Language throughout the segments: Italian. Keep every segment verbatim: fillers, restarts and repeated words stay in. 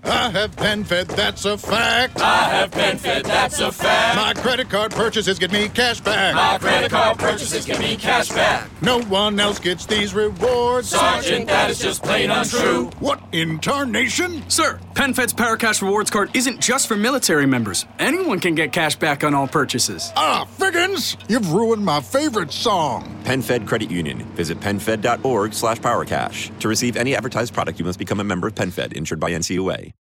I have PenFed, that's a fact. I have PenFed, that's a fact. My credit card purchases get me cash back. My credit card purchases get me cash back. No one else gets these rewards. Sergeant, that is just plain untrue. What in tarnation? Sir, PenFed's Paracash Rewards Card isn't just for military members. Anyone can get cash back on all purchases. Ah, Figgins, you've ruined my favorite song. PenFed Credit Union. Visit PenFed.org slash PowerCash. To receive any advertised product, you must become a member of PenFed, insured by N C U A.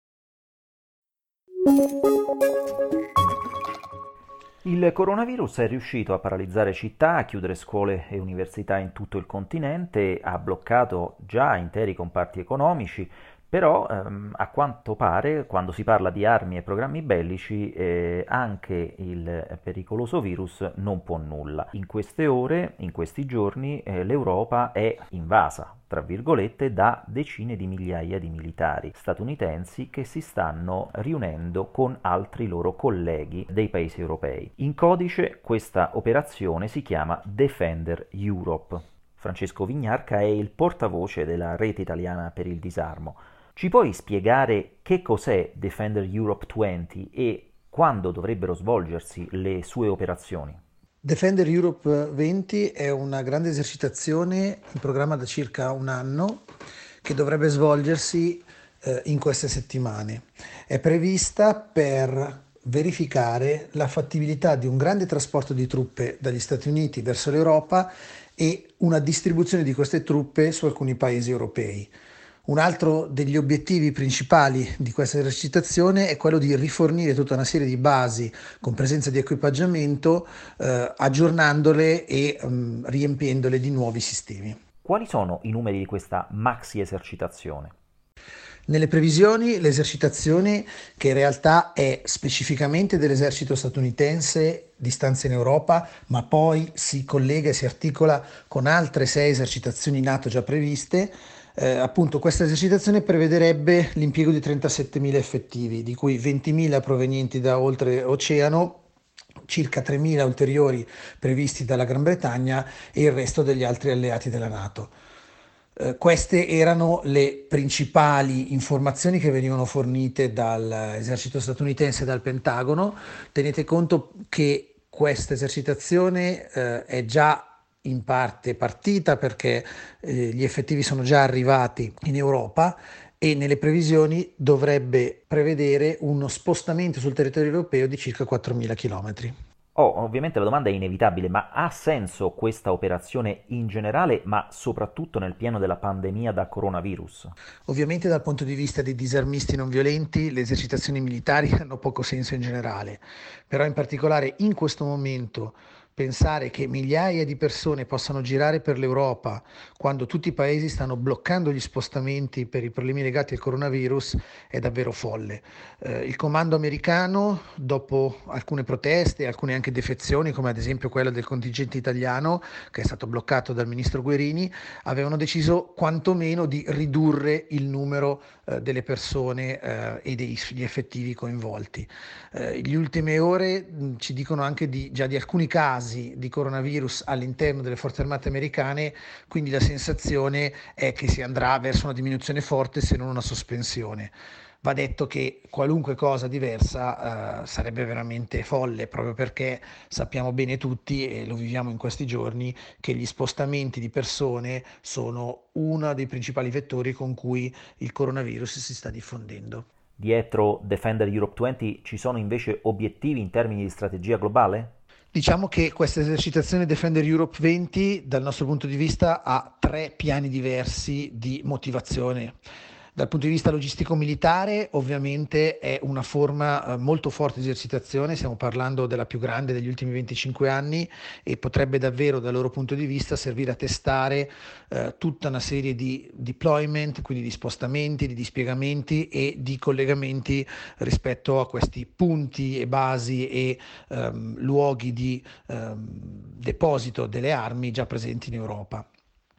Il coronavirus è riuscito a paralizzare città, a chiudere scuole e università in tutto il continente, ha bloccato già interi comparti economici, però ehm, a quanto pare, quando si parla di armi e programmi bellici, eh, anche il pericoloso virus non può nulla. In queste ore, in questi giorni, eh, l'Europa è invasa, tra virgolette, da decine di migliaia di militari statunitensi che si stanno riunendo con altri loro colleghi dei paesi europei. In codice questa operazione si chiama Defender Europe. Francesco Vignarca è il portavoce della Rete Italiana per il Disarmo. Ci puoi spiegare che cos'è Defender Europe venti e quando dovrebbero svolgersi le sue operazioni? Defender Europe venti è una grande esercitazione in programma da circa un anno che dovrebbe svolgersi eh, in queste settimane. È prevista per verificare la fattibilità di un grande trasporto di truppe dagli Stati Uniti verso l'Europa e una distribuzione di queste truppe su alcuni paesi europei. Un altro degli obiettivi principali di questa esercitazione è quello di rifornire tutta una serie di basi con presenza di equipaggiamento, eh, aggiornandole e um, riempiendole di nuovi sistemi. Quali sono i numeri di questa maxi esercitazione? Nelle previsioni, l'esercitazione, che in realtà è specificamente dell'esercito statunitense di stanza in Europa, ma poi si collega e si articola con altre sei esercitazioni NATO già previste, Eh, appunto questa esercitazione prevederebbe l'impiego di trentasettemila effettivi, di cui ventimila provenienti da oltreoceano, circa tremila ulteriori previsti dalla Gran Bretagna e il resto degli altri alleati della NATO. Eh, queste erano le principali informazioni che venivano fornite dall'esercito statunitense e dal Pentagono. Tenete conto che questa esercitazione eh, è già in parte partita perché eh, gli effettivi sono già arrivati in Europa e nelle previsioni dovrebbe prevedere uno spostamento sul territorio europeo di circa quattromila chilometri. Oh, ovviamente la domanda è inevitabile, ma ha senso questa operazione in generale, ma soprattutto nel pieno della pandemia da coronavirus? Ovviamente dal punto di vista dei disarmisti non violenti le esercitazioni militari hanno poco senso in generale, però in particolare in questo momento pensare che migliaia di persone possano girare per l'Europa quando tutti i paesi stanno bloccando gli spostamenti per i problemi legati al coronavirus è davvero folle. Eh, il comando americano, dopo alcune proteste, alcune anche defezioni, come ad esempio quella del contingente italiano, che è stato bloccato dal ministro Guerini, avevano deciso quantomeno di ridurre il numero eh, delle persone eh, e degli effettivi coinvolti. Eh, le ultime ore mh, ci dicono anche di, già di alcuni casi di coronavirus all'interno delle forze armate americane, quindi la sensazione è che si andrà verso una diminuzione forte se non una sospensione. Va detto che qualunque cosa diversa eh, sarebbe veramente folle, proprio perché sappiamo bene tutti, e lo viviamo in questi giorni, che gli spostamenti di persone sono uno dei principali vettori con cui il coronavirus si sta diffondendo. Dietro Defender Europe venti ci sono invece obiettivi in termini di strategia globale? Diciamo che questa esercitazione Defender Europe venti, dal nostro punto di vista, ha tre piani diversi di motivazione. Dal punto di vista logistico-militare, ovviamente è una forma eh, molto forte di esercitazione, stiamo parlando della più grande degli ultimi venticinque anni e potrebbe davvero, dal loro punto di vista, servire a testare eh, tutta una serie di deployment, quindi di spostamenti, di dispiegamenti e di collegamenti rispetto a questi punti e basi e ehm, luoghi di ehm, deposito delle armi già presenti in Europa.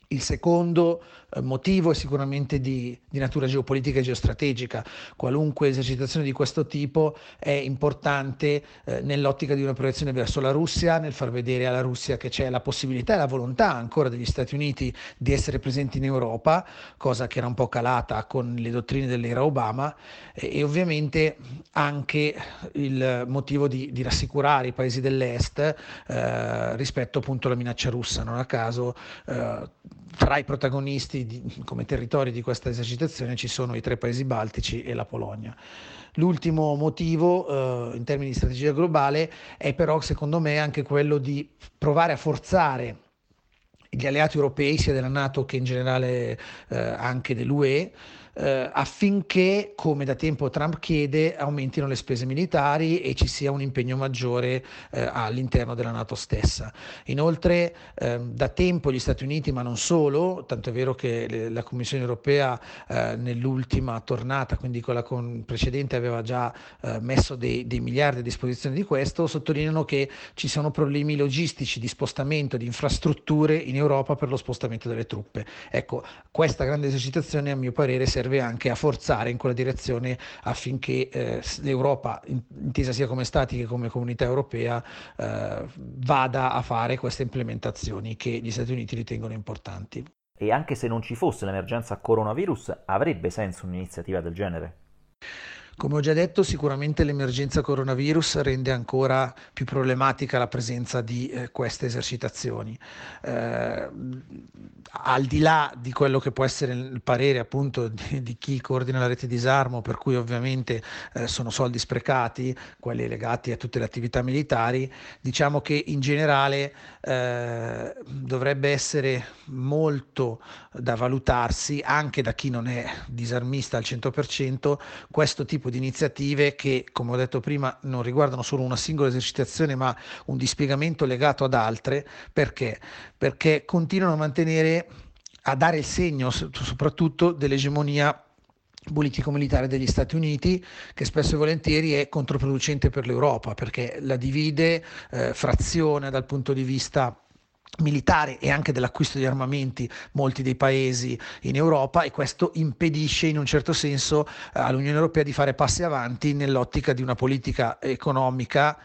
Il secondo eh, motivo è sicuramente di, di natura geopolitica e geostrategica. Qualunque esercitazione di questo tipo è importante eh, nell'ottica di una proiezione verso la Russia, nel far vedere alla Russia che c'è la possibilità e la volontà ancora degli Stati Uniti di essere presenti in Europa, cosa che era un po' calata con le dottrine dell'era Obama, e, e ovviamente anche il motivo di, di rassicurare i paesi dell'est eh, rispetto appunto alla minaccia russa. Non a caso eh, tra i protagonisti di, come territori di questa esercitazione ci sono i tre paesi baltici e la Polonia. L'ultimo motivo eh, in termini di strategia globale è però secondo me anche quello di provare a forzare gli alleati europei sia della NATO che in generale eh, anche dell'U E eh, affinché, come da tempo Trump chiede, aumentino le spese militari e ci sia un impegno maggiore eh, all'interno della NATO stessa. Inoltre eh, da tempo gli Stati Uniti, ma non solo, tanto è vero che le, la Commissione europea eh, nell'ultima tornata, quindi quella con precedente, aveva già eh, messo dei, dei miliardi a disposizione di questo, sottolineano che ci sono problemi logistici di spostamento di infrastrutture in Europa per lo spostamento delle truppe. Ecco, questa grande esercitazione a mio parere serve anche a forzare in quella direzione affinché eh, l'Europa, intesa sia come stati che come comunità europea, eh, vada a fare queste implementazioni che gli Stati Uniti ritengono importanti. E anche se non ci fosse l'emergenza coronavirus, avrebbe senso un'iniziativa del genere? Come ho già detto, sicuramente l'emergenza coronavirus rende ancora più problematica la presenza di eh, queste esercitazioni. Eh, al di là di quello che può essere il parere appunto di, di chi coordina la rete disarmo, per cui ovviamente eh, sono soldi sprecati, quelli legati a tutte le attività militari, diciamo che in generale eh, dovrebbe essere molto da valutarsi anche da chi non è disarmista al cento per cento questo tipo di iniziative che, come ho detto prima, non riguardano solo una singola esercitazione ma un dispiegamento legato ad altre. Perché? Perché continuano a mantenere, a dare il segno soprattutto dell'egemonia politico-militare degli Stati Uniti, che spesso e volentieri è controproducente per l'Europa, perché la divide, eh, fraziona dal punto di vista militare e anche dell'acquisto di armamenti molti dei paesi in Europa, e questo impedisce in un certo senso eh, all'Unione Europea di fare passi avanti nell'ottica di una politica economica,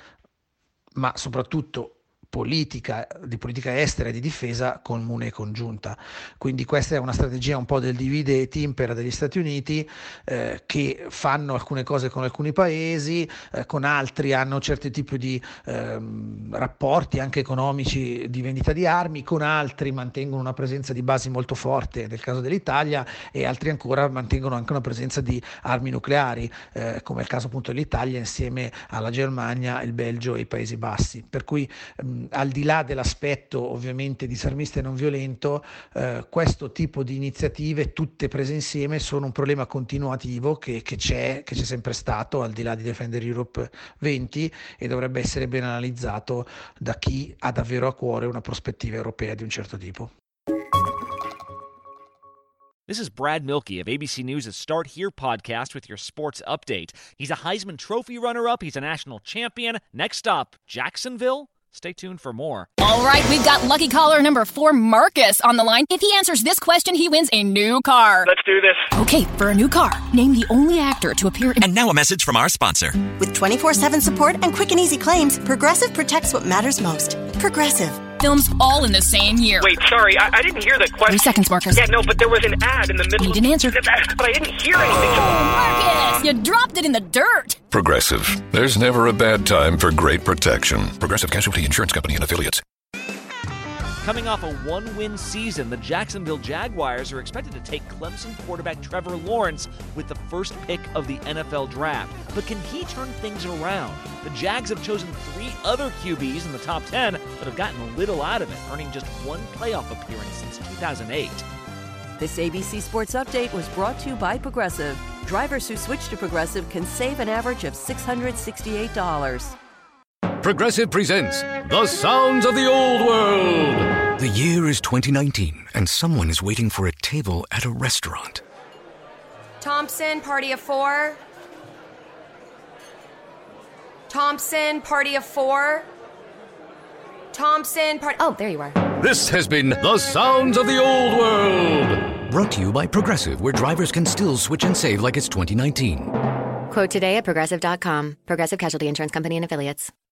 ma soprattutto politica, di politica estera e di difesa comune e congiunta. Quindi questa è una strategia un po' del divide e timpera degli Stati Uniti, eh, che fanno alcune cose con alcuni paesi, eh, con altri hanno certi tipi di eh, rapporti anche economici di vendita di armi, con altri mantengono una presenza di basi molto forte, nel caso dell'Italia, e altri ancora mantengono anche una presenza di armi nucleari, eh, come è il caso appunto dell'Italia insieme alla Germania, il Belgio e i Paesi Bassi. Per cui mh, al di là dell'aspetto ovviamente disarmista e non violento, eh, questo tipo di iniziative tutte prese insieme sono un problema continuativo che, che c'è, che c'è sempre stato al di là di Defender Europe venti, e dovrebbe essere ben analizzato da chi ha davvero a cuore una prospettiva europea di un certo tipo. This is Brad Milkey of A B C News' Start Here podcast with your sports update. He's a Heisman Trophy runner-up. He's a national champion. Next up, Jacksonville. Stay tuned for more. All right, we've got lucky caller number four, Marcus, on the line. If he answers this question, he wins a new car. Let's do this. Okay, for a new car, name the only actor to appear in... And now a message from our sponsor. With twenty-four seven support and quick and easy claims, Progressive protects what matters most. Progressive. Films all in the same year. Wait, sorry, I, I didn't hear the question. Three seconds, Marcus. Yeah, no, but there was an ad in the middle. You didn't answer. But I didn't hear anything. Oh, Marcus, you dropped it in the dirt. Progressive. There's never a bad time for great protection. Progressive Casualty Insurance Company and Affiliates. Coming off a one-win season, the Jacksonville Jaguars are expected to take Clemson quarterback Trevor Lawrence with the first pick of the N F L Draft. But can he turn things around? The Jags have chosen three other Q Bs in the top ten, but have gotten little out of it, earning just one playoff appearance since two thousand eight. This A B C Sports Update was brought to you by Progressive. Drivers who switch to Progressive can save an average of six hundred sixty-eight dollars. Progressive presents The Sounds of the Old World. The year is twenty nineteen, and someone is waiting for a table at a restaurant. Thompson, party of four. Thompson, party of four. Thompson, party. Oh, there you are. This has been The Sounds of the Old World. Brought to you by Progressive, where drivers can still switch and save like it's twenty nineteen. Quote today at progressive dot com. Progressive Casualty Insurance Company and Affiliates.